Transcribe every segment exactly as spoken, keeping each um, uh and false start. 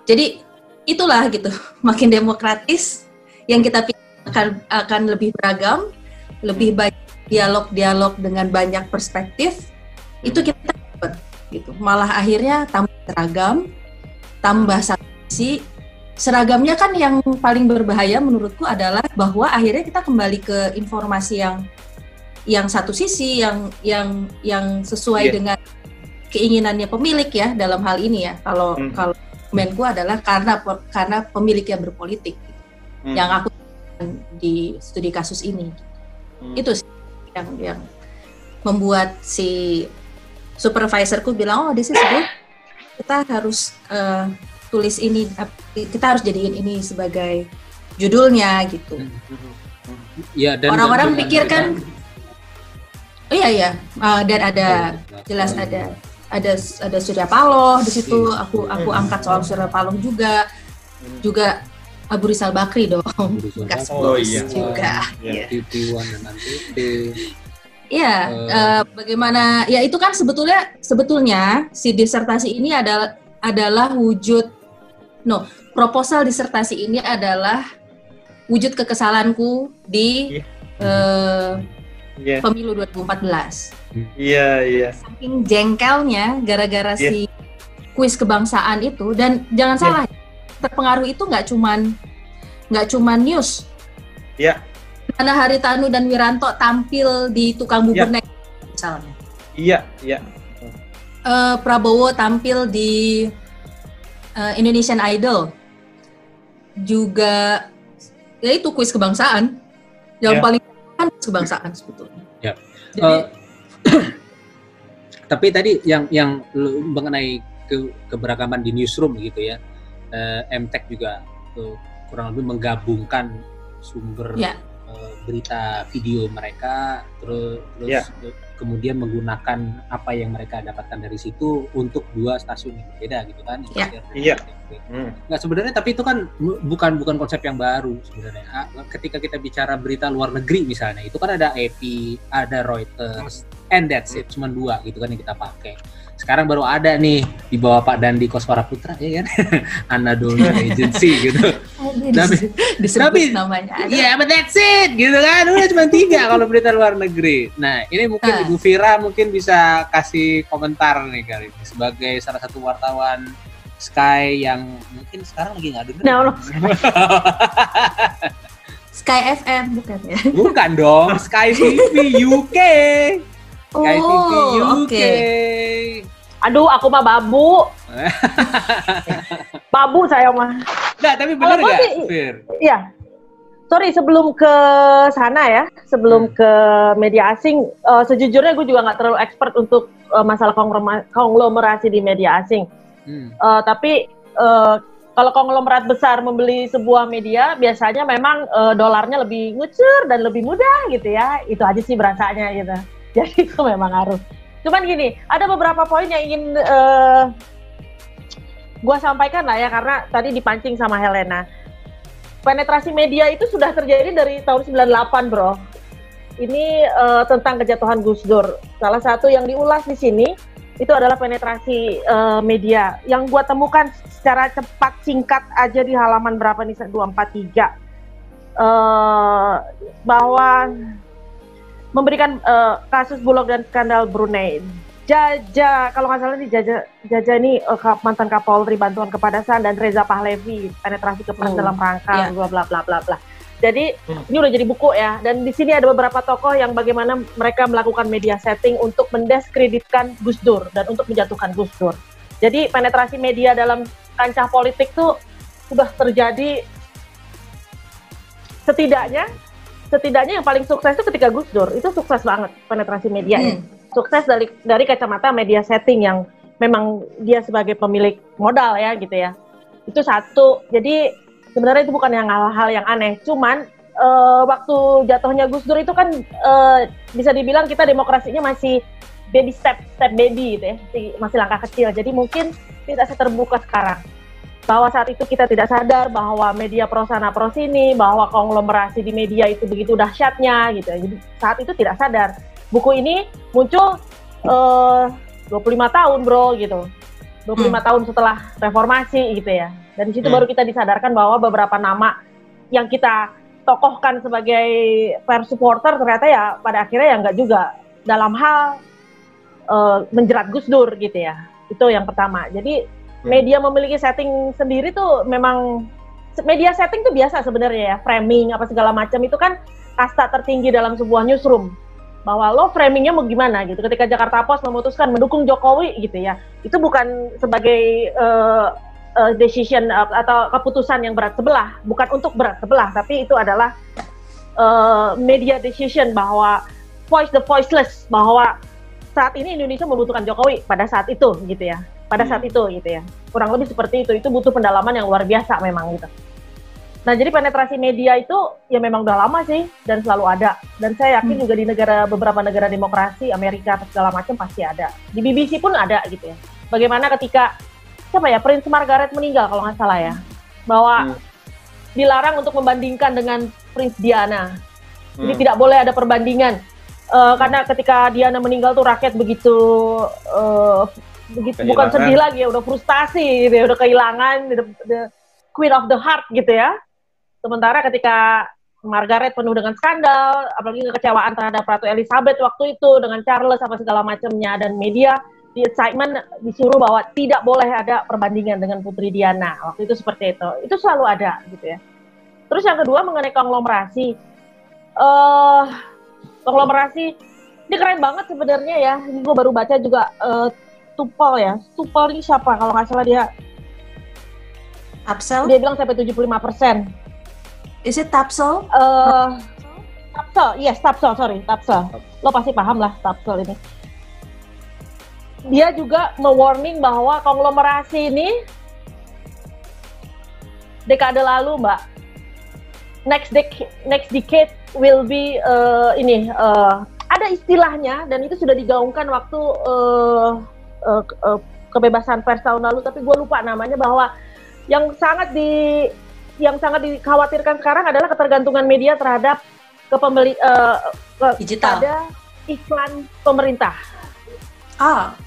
Jadi itulah gitu, makin demokratis, yang kita pikir akan, akan lebih beragam, lebih banyak dialog-dialog dengan banyak perspektif, itu kita dapat gitu. Malah akhirnya tambah seragam, tambah sisi. Seragamnya kan yang paling berbahaya menurutku adalah bahwa akhirnya kita kembali ke informasi yang yang satu sisi, yang yang yang sesuai yeah. dengan keinginannya pemilik ya dalam hal ini ya. Kalau hmm. kalau komenku adalah karena karena pemiliknya berpolitik hmm. yang aku di studi kasus ini hmm. itu sih yang yang membuat si supervisorku bilang, oh this is good, kita harus uh, tulis ini, kita harus jadiin ini sebagai judulnya gitu. Ya, dan orang-orang dan, pikir kan, oh iya iya, uh, dan ada jelas ada ada ada Surya Paloh di situ. Aku aku angkat soal Surya Paloh juga, juga Abu Rizal Bakri dong, bekas oh, iya. juga. Iya. Iya, uh, uh, bagaimana? Ya itu kan sebetulnya sebetulnya si disertasi ini adalah adalah wujud No, proposal disertasi ini adalah wujud kekesalanku di yeah. uh, yeah. pemilu dua ribu empat belas. Iya, yeah, iya. Yeah. Saking jengkelnya gara-gara yeah. si kuis kebangsaan itu, dan jangan yeah. salah, terpengaruh itu nggak cuman nggak cuman news. Iya. Yeah. Karena Haritanu dan Wiranto tampil di tukang bubur yeah. naik misalnya. Iya, yeah, iya. Yeah. Uh, Prabowo tampil di Uh, Indonesian Idol, juga ya itu kuis kebangsaan yang yeah. paling kan kuis kebangsaan sebetulnya. Ya. Jadi, uh, tapi tadi yang yang mengenai ke, keberagaman di newsroom gitu ya, uh, M Tech juga uh, kurang lebih menggabungkan sumber yeah. uh, berita video mereka, terus terus yeah. kemudian menggunakan apa yang mereka dapatkan dari situ untuk dua stasiun yang berbeda gitu kan. Iya. Iya. Hmm. Nggak sebenarnya, tapi itu kan bukan bukan konsep yang baru sebenarnya. Ketika kita bicara berita luar negeri misalnya, itu kan ada A P, ada Reuters, and that's it, cuma dua gitu kan yang kita pakai. Sekarang baru ada nih di bawah Pak Dandi Koswara Putra ya kan, Anadolu Agency gitu. Tapi disebut namanya. Iya, yeah, but that's it gitu kan. Udah cuma tiga kalau berita luar negeri. Nah, ini mungkin uh. Ibu Vira mungkin bisa kasih komentar nih kali ini sebagai salah satu wartawan Sky yang mungkin sekarang lagi nggak dengar. No, no. Sky F M bukan ya? Bukan dong, Sky T V U K. Sky oh, T V U K. Okay. Aduh, aku mah babu. Babu saya mah. Nggak, tapi benar nggak, Fir? Iya. Sorry, sebelum ke sana ya, sebelum hmm. ke media asing, uh, sejujurnya gue juga nggak terlalu expert untuk uh, masalah konglomerasi di media asing. Hmm. Uh, tapi uh, kalau konglomerat besar membeli sebuah media, biasanya memang uh, dolarnya lebih ngucur dan lebih mudah gitu ya. Itu aja sih berasanya gitu. Jadi itu memang harus. Cuman gini, ada beberapa poin yang ingin uh, gue sampaikan lah ya, karena tadi dipancing sama Helena. Penetrasi media itu sudah terjadi dari tahun sembilan puluh delapan, bro. Ini uh, tentang kejatuhan Gus Dur. Salah satu yang diulas di sini itu adalah penetrasi uh, media. Yang gue temukan secara cepat, singkat aja di halaman berapa nih, dua empat tiga. Uh, bahwa memberikan uh, kasus Bulog dan skandal Brunei. Jaja, kalau nggak salah nih Jaja, Jaja ini uh, mantan Kapolri bantuan kepada S A N, dan Reza Pahlavi penetrasi ke peran oh, dalam rangka bla bla bla bla bla. Jadi hmm. ini udah jadi buku ya, dan di sini ada beberapa tokoh yang bagaimana mereka melakukan media setting untuk mendiskreditkan Gus Dur dan untuk menjatuhkan Gus Dur. Jadi penetrasi media dalam kancah politik tuh sudah terjadi setidaknya setidaknya yang paling sukses itu ketika Gus Dur, itu sukses banget penetrasi medianya. Hmm. Sukses dari dari kacamata media setting yang memang dia sebagai pemilik modal ya gitu ya. Itu satu. Jadi sebenarnya itu bukan yang hal-hal yang aneh. Cuman uh, waktu jatuhnya Gus Dur itu kan uh, bisa dibilang kita demokrasinya masih baby step, step baby gitu ya. Masih langkah kecil. Jadi mungkin tidak seterbuka sekarang. Bahwa saat itu kita tidak sadar bahwa media pro sana pro sini, bahwa konglomerasi di media itu begitu dahsyatnya gitu. Jadi saat itu tidak sadar. Buku ini muncul uh, dua puluh lima tahun bro gitu, dua puluh lima hmm. tahun setelah reformasi gitu ya. Dan di situ Hmm. baru kita disadarkan bahwa beberapa nama yang kita tokohkan sebagai fair supporter ternyata ya pada akhirnya ya enggak juga dalam hal uh, menjerat Gus Dur gitu ya. Itu yang pertama. Jadi hmm. media memiliki setting sendiri tuh memang media setting tuh biasa sebenarnya ya, framing apa segala macam itu kan kasta tertinggi dalam sebuah newsroom. Bahwa lo framingnya mau gimana gitu. Ketika Jakarta Post memutuskan mendukung Jokowi gitu ya, itu bukan sebagai uh, uh, decision uh, atau keputusan yang berat sebelah, bukan untuk berat sebelah, tapi itu adalah uh, media decision bahwa voice the voiceless, bahwa saat ini Indonesia membutuhkan Jokowi pada saat itu gitu ya, pada saat itu gitu ya, kurang lebih seperti itu. Itu butuh pendalaman yang luar biasa memang gitu. Nah, jadi penetrasi media itu ya memang udah lama sih dan selalu ada. Dan saya yakin hmm. juga di negara beberapa negara demokrasi, Amerika atau segala macam pasti ada. Di B B C pun ada gitu ya. Bagaimana ketika siapa ya Prince Margaret meninggal kalau nggak salah ya, bahwa hmm. dilarang untuk membandingkan dengan Prince Diana. Jadi hmm. tidak boleh ada perbandingan uh, karena ketika Diana meninggal tuh rakyat begitu uh, begitu kehilangan. Bukan sedih lagi ya, udah frustasi gitu ya, udah kehilangan the, the Queen of the Heart gitu ya. Sementara ketika Margaret penuh dengan skandal, apalagi kekecewaan terhadap Ratu Elizabeth waktu itu dengan Charles apa segala macamnya, dan media di excitement disuruh bahwa tidak boleh ada perbandingan dengan Putri Diana. Waktu itu seperti itu. Itu selalu ada gitu ya. Terus yang kedua mengenai konglomerasi. Uh, konglomerasi ini keren banget sebenarnya ya. Ini gue baru baca juga uh, Tupel ya. Tupel ini siapa? Kalau nggak salah dia Tapsel? Dia bilang sampai tujuh puluh lima persen. Is it Tapsel? Uh, Tapsel, yes, Tapsel, sorry, Tapsel. Lo pasti paham lah Tapsel ini. Dia juga me-warning bahwa konglomerasi ini dekade lalu, Mbak, next decade, next decade will be uh, ini uh, ada istilahnya dan itu sudah digaungkan waktu uh, uh, uh, kebebasan pers tahun lalu, tapi gue lupa namanya, bahwa yang sangat di yang sangat dikhawatirkan sekarang adalah ketergantungan media terhadap kepembeli uh, ke, digital pada iklan pemerintah. Ah,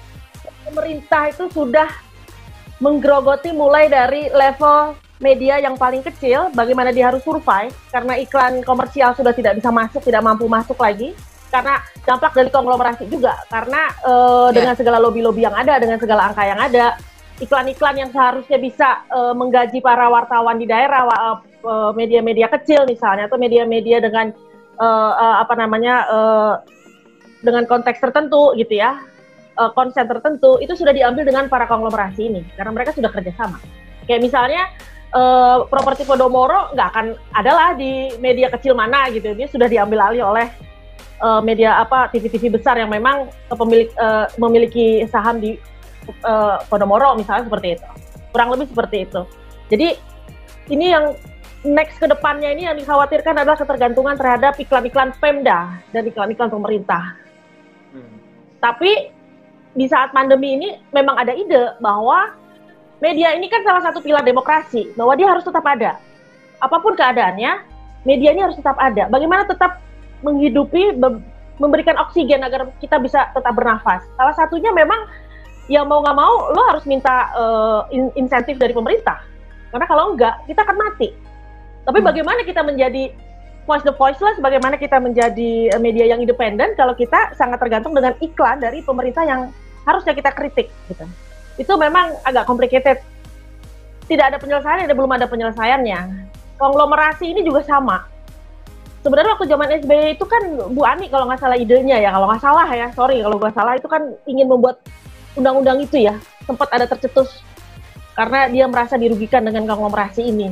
pemerintah itu sudah menggerogoti mulai dari level media yang paling kecil, bagaimana dia harus survive karena iklan komersial sudah tidak bisa masuk, tidak mampu masuk lagi. Karena dampak dari konglomerasi juga, karena uh, yeah. dengan segala lobby-lobby yang ada, dengan segala angka yang ada, iklan-iklan yang seharusnya bisa uh, menggaji para wartawan di daerah, uh, media-media kecil misalnya, atau media-media dengan uh, uh, apa namanya uh, dengan konteks tertentu gitu ya, uh, konsen tertentu, itu sudah diambil dengan para konglomerasi ini karena mereka sudah kerjasama. Kayak misalnya uh, properti Podomoro nggak akan adalah di media kecil mana gitu, dia sudah diambil alih oleh uh, media apa T V-T V besar yang memang kepemilik uh, memiliki saham di Uh, Podomoro misalnya, seperti itu. Kurang lebih seperti itu. Jadi ini yang next ke depannya ini yang dikhawatirkan adalah ketergantungan terhadap iklan-iklan Pemda dan iklan-iklan pemerintah. Hmm. Tapi di saat pandemi ini memang ada ide bahwa media ini kan salah satu pilar demokrasi, bahwa dia harus tetap ada. Apapun keadaannya, media ini harus tetap ada. Bagaimana tetap menghidupi, memberikan oksigen agar kita bisa tetap bernafas. Salah satunya memang ya mau nggak mau lo harus minta uh, in- insentif dari pemerintah, karena kalau enggak kita akan mati. Tapi hmm. bagaimana kita menjadi voice the voiceless, bagaimana kita menjadi media yang independen kalau kita sangat tergantung dengan iklan dari pemerintah yang harusnya kita kritik gitu. Itu memang agak complicated, tidak ada penyelesaian, ada belum ada penyelesaiannya. Konglomerasi ini juga sama. Sebenarnya waktu zaman S B Y itu kan Bu Ani kalau nggak salah idenya ya, kalau nggak salah ya, sorry kalau nggak salah, itu kan ingin membuat undang-undang itu ya, sempat ada tercetus karena dia merasa dirugikan dengan konglomerasi ini.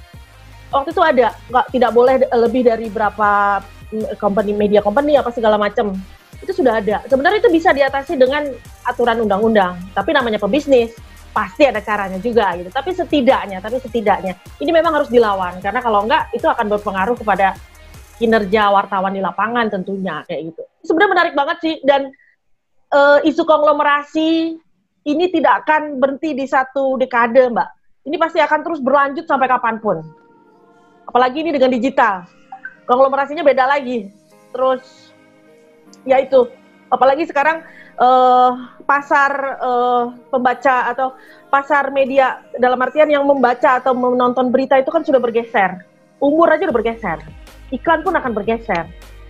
Waktu itu ada, nggak, tidak boleh lebih dari berapa company, media company apa segala macam. Itu sudah ada. Sebenarnya itu bisa diatasi dengan aturan undang-undang, tapi namanya pebisnis, pasti ada caranya juga gitu. Tapi setidaknya, tapi setidaknya ini memang harus dilawan, karena kalau enggak itu akan berpengaruh kepada kinerja wartawan di lapangan tentunya kayak gitu. Sebenarnya menarik banget sih, dan Uh, isu konglomerasi ini tidak akan berhenti di satu dekade, Mbak. Ini pasti akan terus berlanjut sampai kapanpun. Apalagi ini dengan digital. Konglomerasinya beda lagi. Terus, ya itu, Apalagi sekarang uh, pasar uh, pembaca atau pasar media dalam artian yang membaca atau menonton berita itu kan sudah bergeser. Umur aja udah bergeser. Iklan pun akan bergeser.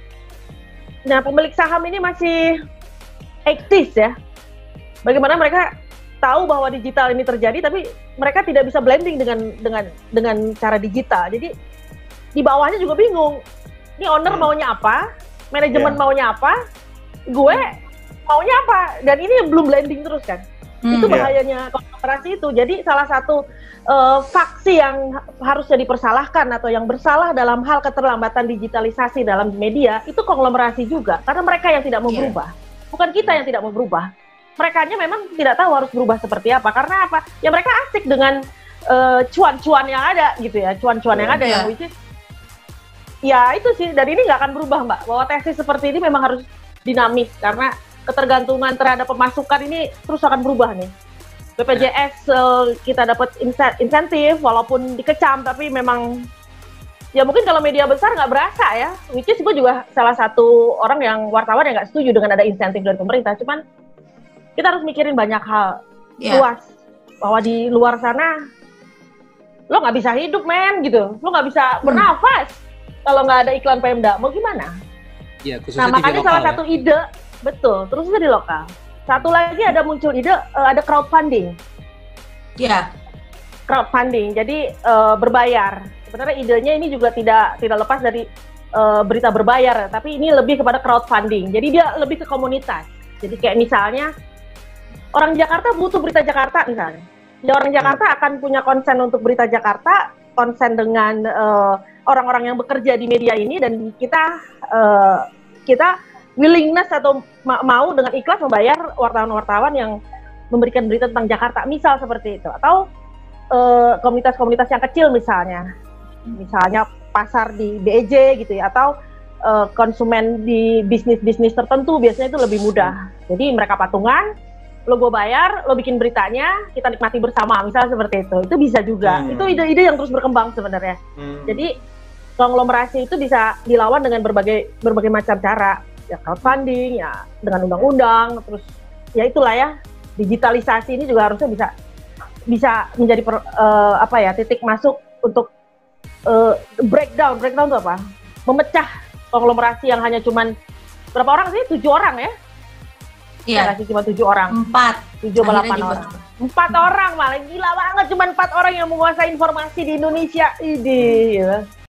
Nah, pemilik saham ini masih ektis ya. Bagaimana mereka tahu bahwa digital ini terjadi, tapi mereka tidak bisa blending dengan dengan dengan cara digital. Jadi di bawahnya juga bingung. Ini owner maunya apa? Manajemen yeah. maunya apa? Gue maunya apa? Dan ini belum blending terus kan. Hmm, itu bahayanya yeah. kolaborasi itu. Jadi salah satu uh, faksi yang harusnya dipersalahkan atau yang bersalah dalam hal keterlambatan digitalisasi dalam media itu konglomerasi juga. Karena mereka yang tidak mau yeah. berubah. Bukan kita yang tidak mau berubah. Merekanya memang tidak tahu harus berubah seperti apa. Karena apa? Ya mereka asik dengan uh, cuan-cuan yang ada gitu ya. Cuan-cuan yang ada yeah. yang which is ya itu sih. Dan ini nggak akan berubah Mbak. Bahwa tesis seperti ini memang harus dinamis. Karena ketergantungan terhadap pemasukan ini terus akan berubah nih. B P J S uh, kita dapat insentif walaupun dikecam, tapi memang ya mungkin kalau media besar nggak berasa ya. Which is gue juga salah satu orang yang wartawan yang nggak setuju dengan ada insentif dari pemerintah. Cuman kita harus mikirin banyak hal yeah. luas, bahwa di luar sana lo nggak bisa hidup men gitu, lo nggak bisa bernafas hmm. kalau nggak ada iklan Pemda. Mau gimana? Ya, nah makanya lokal, salah ya? satu ide betul, terus di lokal. Satu lagi ada muncul ide, uh, ada crowdfunding. Ya, yeah. crowdfunding. Jadi uh, berbayar. Sebenarnya idenya ini juga tidak tidak lepas dari uh, berita berbayar, tapi ini lebih kepada crowdfunding. Jadi dia lebih ke komunitas. Jadi kayak misalnya orang Jakarta butuh berita Jakarta misalnya. Ya, orang Jakarta akan punya konsen untuk berita Jakarta, konsen dengan uh, orang-orang yang bekerja di media ini, dan kita uh, kita willingness atau ma mau dengan ikhlas membayar wartawan-wartawan yang memberikan berita tentang Jakarta, misal seperti itu. Atau komunitas-komunitas uh, yang kecil misalnya, misalnya pasar di B E J gitu ya, atau uh, konsumen di bisnis-bisnis tertentu biasanya itu lebih mudah. Jadi mereka patungan, lo gue bayar, lo bikin beritanya, kita nikmati bersama, misalnya seperti itu. Itu bisa juga. Hmm. Itu ide-ide yang terus berkembang sebenarnya. Hmm. Jadi konglomerasi itu bisa dilawan dengan berbagai berbagai macam cara. Ya crowdfunding, ya dengan undang-undang, terus ya itulah ya, digitalisasi ini juga harusnya bisa bisa menjadi per, uh, apa ya titik masuk untuk uh, breakdown, breakdown itu apa? Memecah konglomerasi yang hanya cuman berapa orang sih? Tujuh orang ya? Iya. Nggak sih, cuma tujuh orang. Empat. Tujuh delapan orang. Empat orang malah, gila banget, cuma empat orang yang menguasai informasi di Indonesia ini. Ya.